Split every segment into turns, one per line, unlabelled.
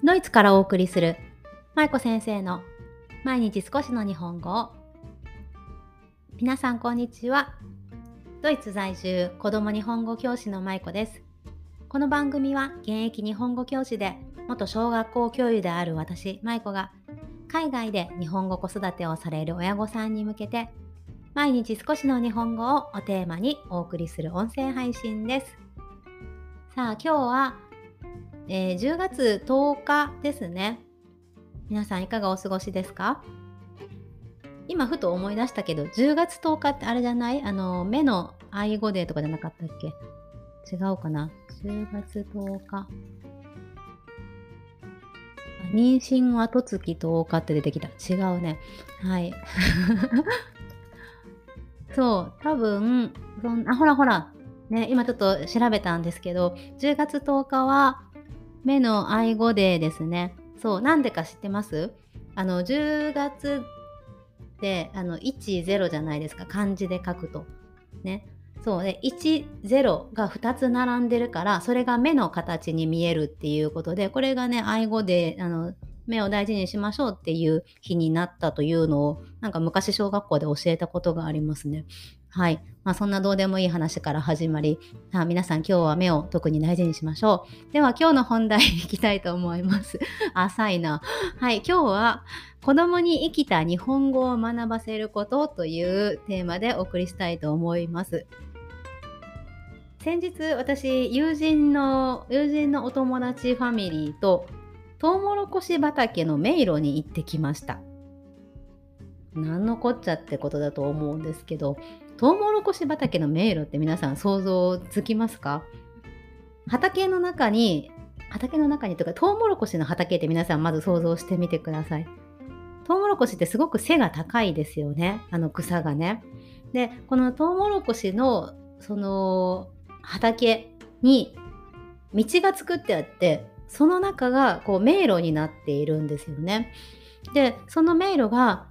ドイツからお送りする舞子先生の毎日少しの日本語を。皆さんこんにちは。ドイツ在住子供日本語教師の舞子です。この番組は現役日本語教師で元小学校教諭である私舞子が海外で日本語子育てをされる親御さんに向けて毎日少しの日本語をおテーマにお送りする音声配信です。さあ今日は10月10日ですね。皆さんいかがお過ごしですか？今ふと思い出したけど、10月10日ってあれじゃない？目の愛護デーとかじゃなかったっけ？違うかな？ 10 月10日。妊娠は十月10日って出てきた。違うね。はい。そう、多分、ほら。ね、今ちょっと調べたんですけど、10月10日は目の愛護デーですね。そう、なんでか知ってます？10月で10じゃないですか、漢字で書くと。ね。そうで、10が2つ並んでるから、それが目の形に見えるっていうことで、これがね、愛護で目を大事にしましょうっていう日になったというのを、なんか昔小学校で教えたことがありますね。はい。そんなどうでもいい話から始まり、皆さん今日は目を特に大事にしましょう。では今日の本題に行きたいと思います。浅いな。はい。今日は子供に生きた日本語を学ばせることというテーマでお送りしたいと思います。先日私友人のお友達ファミリーとトウモロコシ畑の迷路に行ってきました。なんのこっちゃってことだと思うんですけど、トウモロコシ畑の迷路って皆さん想像つきますか？畑の中にというかトウモロコシの畑って皆さんまず想像してみてください。トウモロコシってすごく背が高いですよね。草がね。で、このトウモロコシのその畑に道が作ってあって、その中がこう迷路になっているんですよね。で、その迷路が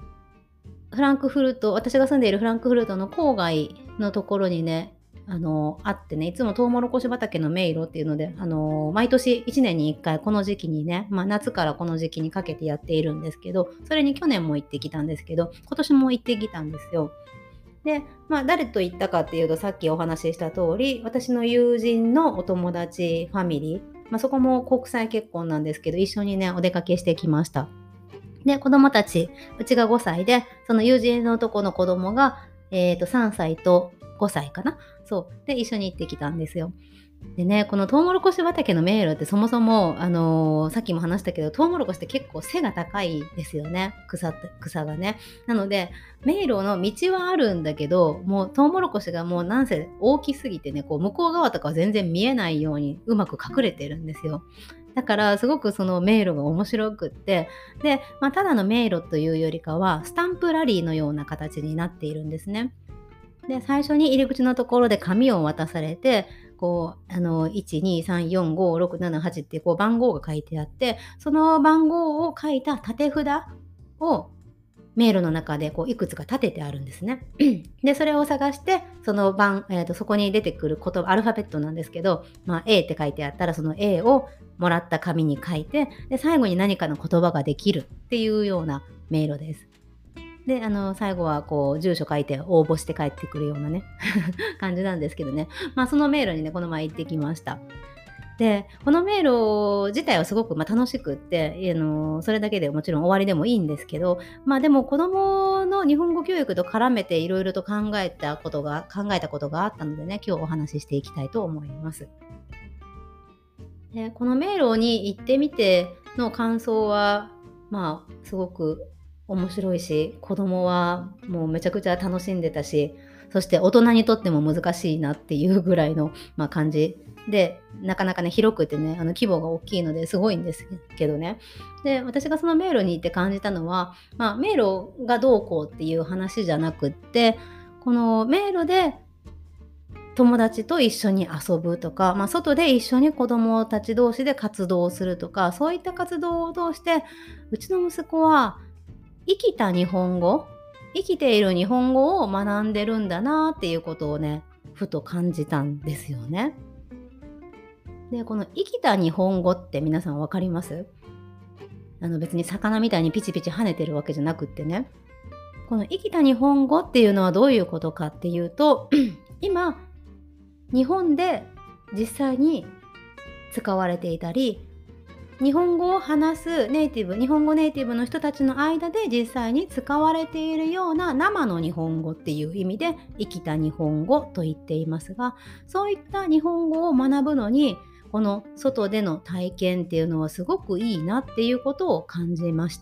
私が住んでいるフランクフルトの郊外のところにね、あってね、いつもトウモロコシ畑の迷路っていうので、毎年1年に1回この時期にね、夏からこの時期にかけてやっているんですけど、それに去年も行ってきたんですけど、今年も行ってきたんですよ。で、誰と行ったかっていうと、さっきお話しした通り、私の友人のお友達ファミリー、そこも国際結婚なんですけど、一緒にね、お出かけしてきました。で、子供たち、うちが5歳で、その友人のとこの子供が、3歳と5歳かな。そう。で、一緒に行ってきたんですよ。でね、このトウモロコシ畑の迷路ってそもそも、さっきも話したけど、トウモロコシって結構背が高いですよね。草がね。なので、迷路の道はあるんだけど、もうトウモロコシがもうなんせ大きすぎてね、こう向こう側とかは全然見えないようにうまく隠れてるんですよ。だからすごくその迷路が面白くって、で、ただの迷路というよりかは、スタンプラリーのような形になっているんですね。で、最初に入り口のところで紙を渡されて、こう、1、2、3、4、5、6、7、8ってこう番号が書いてあって、その番号を書いた縦札を迷路の中でこういくつか立ててあるんですね。で、それを探して、そこに出てくる言葉、アルファベットなんですけど、A って書いてあったら、その A をもらった紙に書いて、で、最後に何かの言葉ができるっていうような迷路です。で、最後はこう住所書いて応募して帰ってくるようなね感じなんですけどね。その迷路にね、この前行ってきました。で、この迷路自体はすごく楽しくって、それだけでもちろん終わりでもいいんですけど、でも子供の日本語教育と絡めていろいろと考えたことがあったのでね、今日お話ししていきたいと思います。で、この迷路に行ってみての感想は、すごく面白いし、子供はもうめちゃくちゃ楽しんでたし、そして大人にとっても難しいなっていうぐらいの、感じで、なかなかね、広くてね、規模が大きいのですごいんですけどね。で、私がその迷路に行って感じたのは、迷路がどうこうっていう話じゃなくって、この迷路で友達と一緒に遊ぶとか、外で一緒に子供たち同士で活動するとか、そういった活動を通して、うちの息子は生きている日本語を学んでるんだなっていうことをね、ふと感じたんですよね。 で、この生きた日本語って皆さん分かります？別に魚みたいにピチピチ跳ねてるわけじゃなくってね、この生きた日本語っていうのはどういうことかっていうと、今、日本で実際に使われていたり、日本語を話す日本語ネイティブの人たちの間で実際に使われているような生の日本語っていう意味で生きた日本語と言っていますが、そういった日本語を学ぶのに、この外での体験っていうのはすごくいいなっていうことを感じました。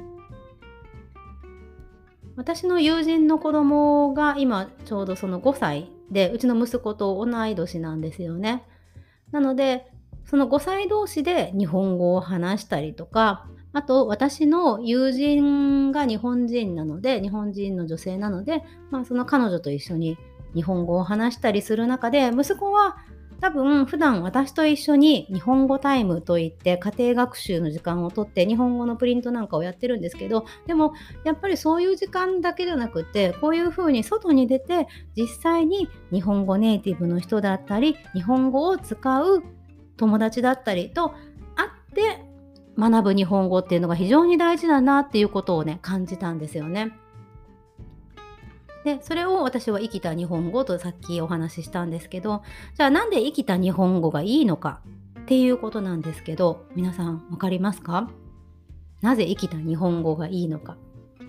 私の友人の子供が今ちょうどその5歳で、うちの息子と同い年なんですよね。なので、その5歳同士で日本語を話したりとか、あと私の友人が日本人なので、日本人の女性なので、その彼女と一緒に日本語を話したりする中で、息子は多分普段私と一緒に日本語タイムといって家庭学習の時間をとって日本語のプリントなんかをやってるんですけど、でもやっぱりそういう時間だけじゃなくて、こういう風に外に出て実際に日本語ネイティブの人だったり、日本語を使う友達だったりと会って学ぶ日本語っていうのが非常に大事だなっていうことをね、感じたんですよね。で、それを私は生きた日本語とさっきお話ししたんですけど、じゃあなんで生きた日本語がいいのかっていうことなんですけど、皆さんわかりますか？なぜ生きた日本語がいいのか。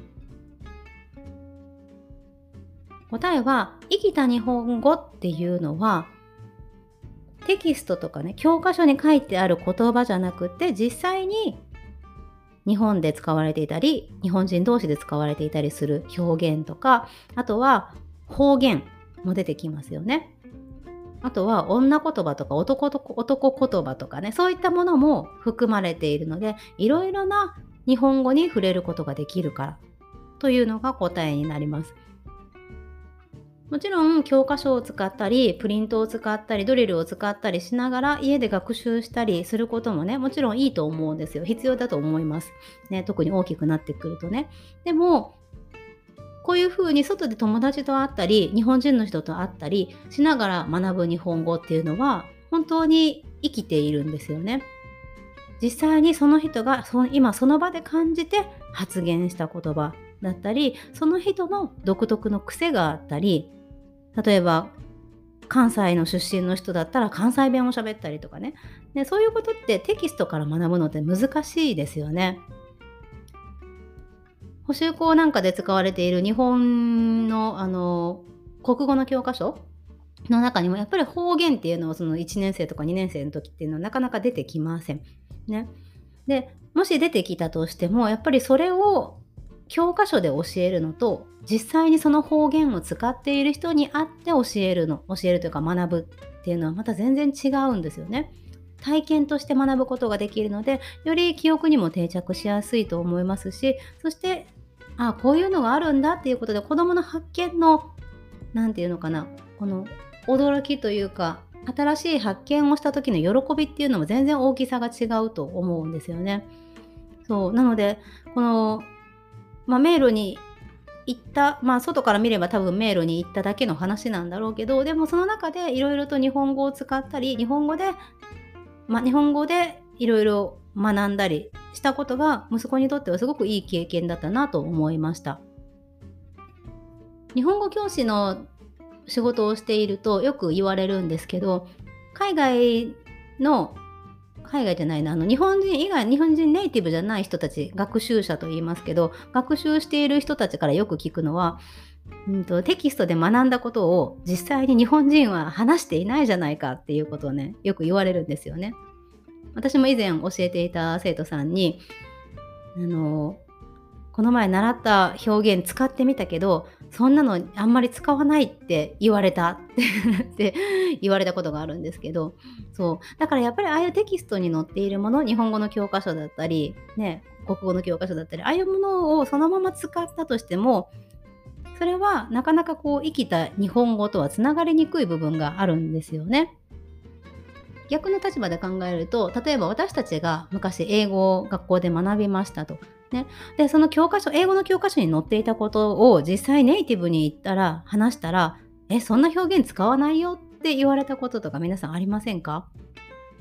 答えは、生きた日本語っていうのはテキストとかね、教科書に書いてある言葉じゃなくて、実際に日本で使われていたり、日本人同士で使われていたりする表現とか、あとは方言も出てきますよね。あとは女言葉とか男言葉とかね、そういったものも含まれているので、いろいろな日本語に触れることができるからというのが答えになります。もちろん教科書を使ったり、プリントを使ったり、ドリルを使ったりしながら家で学習したりすることもね、もちろんいいと思うんですよ。必要だと思います。ね、特に大きくなってくるとね。でも、こういう風に外で友達と会ったり、日本人の人と会ったりしながら学ぶ日本語っていうのは、本当に生きているんですよね。実際にその人が今その場で感じて発言した言葉だったり、その人の独特の癖があったり、例えば関西の出身の人だったら関西弁を喋ったりとかね。で、そういうことってテキストから学ぶのって難しいですよね。補習校なんかで使われている日本の国語の教科書の中にもやっぱり方言っていうのはその1年生とか2年生の時っていうのはなかなか出てきません。ね。で、もし出てきたとしても、やっぱりそれを教科書で教えるのと、実際にその方言を使っている人に会って教えるというか学ぶっていうのはまた全然違うんですよね。体験として学ぶことができるので、より記憶にも定着しやすいと思いますし、そして、こういうのがあるんだっていうことで子供の発見の、なんていうのかな、この驚きというか、新しい発見をした時の喜びっていうのも全然大きさが違うと思うんですよね。そう、なので、この迷路に行った、外から見れば多分迷路に行っただけの話なんだろうけど、でもその中でいろいろと日本語を使ったり、日本語でいろいろ学んだりしたことが息子にとってはすごくいい経験だったなと思いました。日本語教師の仕事をしているとよく言われるんですけど、海外じゃないな、日本人以外、日本人ネイティブじゃない人たち、学習者と言いますけど、学習している人たちからよく聞くのは、テキストで学んだことを実際に日本人は話していないじゃないかっていうことをね、よく言われるんですよね。私も以前教えていた生徒さんに、この前習った表現使ってみたけど、そんなのあんまり使わないって言われたって言われたことがあるんですけど、そう。だからやっぱりああいうテキストに載っているもの、日本語の教科書だったり、ね、国語の教科書だったり、ああいうものをそのまま使ったとしても、それはなかなか生きた日本語とはつながりにくい部分があるんですよね。逆の立場で考えると、例えば私たちが昔英語を学校で学びましたと。ね、で、その英語の教科書に載っていたことを実際ネイティブに話したら、そんな表現使わないよって言われたこととか皆さんありませんか？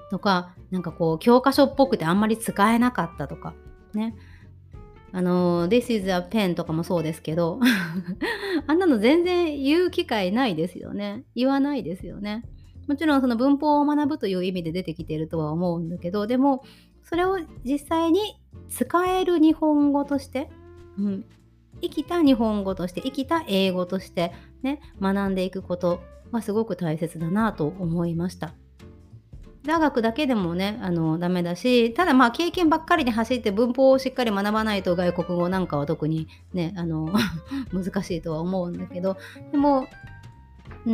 とか、なんかこう教科書っぽくてあんまり使えなかったとか、ね。This is a pen とかもそうですけど、あんなの全然言う機会ないですよね。言わないですよね。もちろんその文法を学ぶという意味で出てきているとは思うんだけど、でもそれを実際に使える日本語として、うん、生きた日本語として、生きた英語としてね、学んでいくことはすごく大切だなと思いました。座学だけでもね、ダメだし、ただ、まあ、経験ばっかりに走って文法をしっかり学ばないと外国語なんかは特にね、難しいとは思うんだけど、でも、うん、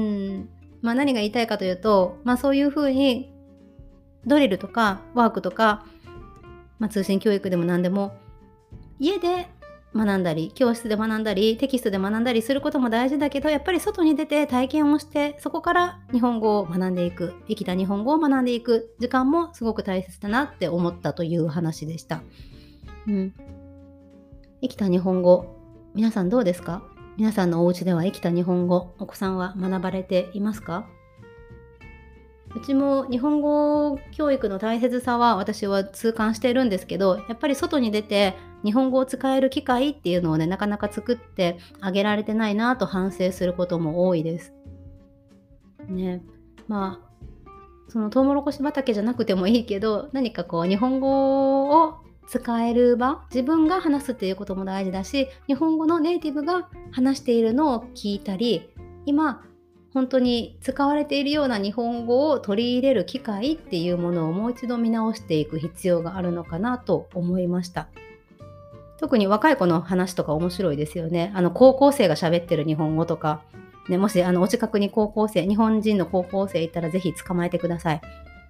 まあ、何が言いたいかというと、まあ、そういう風にドリルとかワークとか、まあ、通信教育でも何でも、家で学んだり、教室で学んだり、テキストで学んだりすることも大事だけど、やっぱり外に出て体験をして、そこから日本語を学んでいく、生きた日本語を学んでいく時間もすごく大切だなって思ったという話でした。うん。生きた日本語、皆さんどうですか？皆さんのお家では生きた日本語、お子さんは学ばれていますか？うちも日本語教育の大切さは私は痛感しているんですけど、やっぱり外に出て日本語を使える機会っていうのをね、なかなか作ってあげられてないなと反省することも多いです。ね。まあ、そのトウモロコシ畑じゃなくてもいいけど、何かこう日本語を使える場、自分が話すっていうことも大事だし、日本語のネイティブが話しているのを聞いたり、今本当に使われているような日本語を取り入れる機会っていうものをもう一度見直していく必要があるのかなと思いました。特に若い子の話とか面白いですよね。高校生が喋ってる日本語とか、ね、もしお近くに高校生、日本人の高校生いたらぜひ捕まえてください。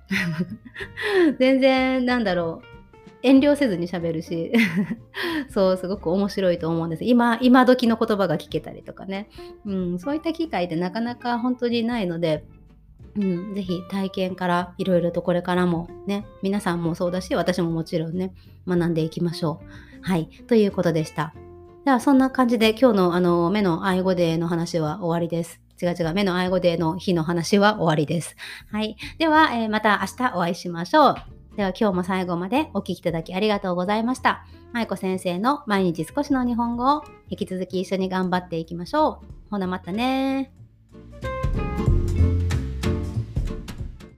全然なんだろう、遠慮せずに喋るし、そう、すごく面白いと思うんです。今時の言葉が聞けたりとかね。うん、そういった機会ってなかなか本当にないので、うん、ぜひ体験からいろいろとこれからもね、皆さんもそうだし、私ももちろんね、学んでいきましょう。はい、ということでした。ではそんな感じで今日の目の愛語デーの話は終わりです。違う違う、目の愛語デーの日の話は終わりです。はい。では、また明日お会いしましょう。では今日も最後までお聞きいただきありがとうございました。まいこ先生の毎日少しの日本語を引き続き一緒に頑張っていきましょう。ほなまたね。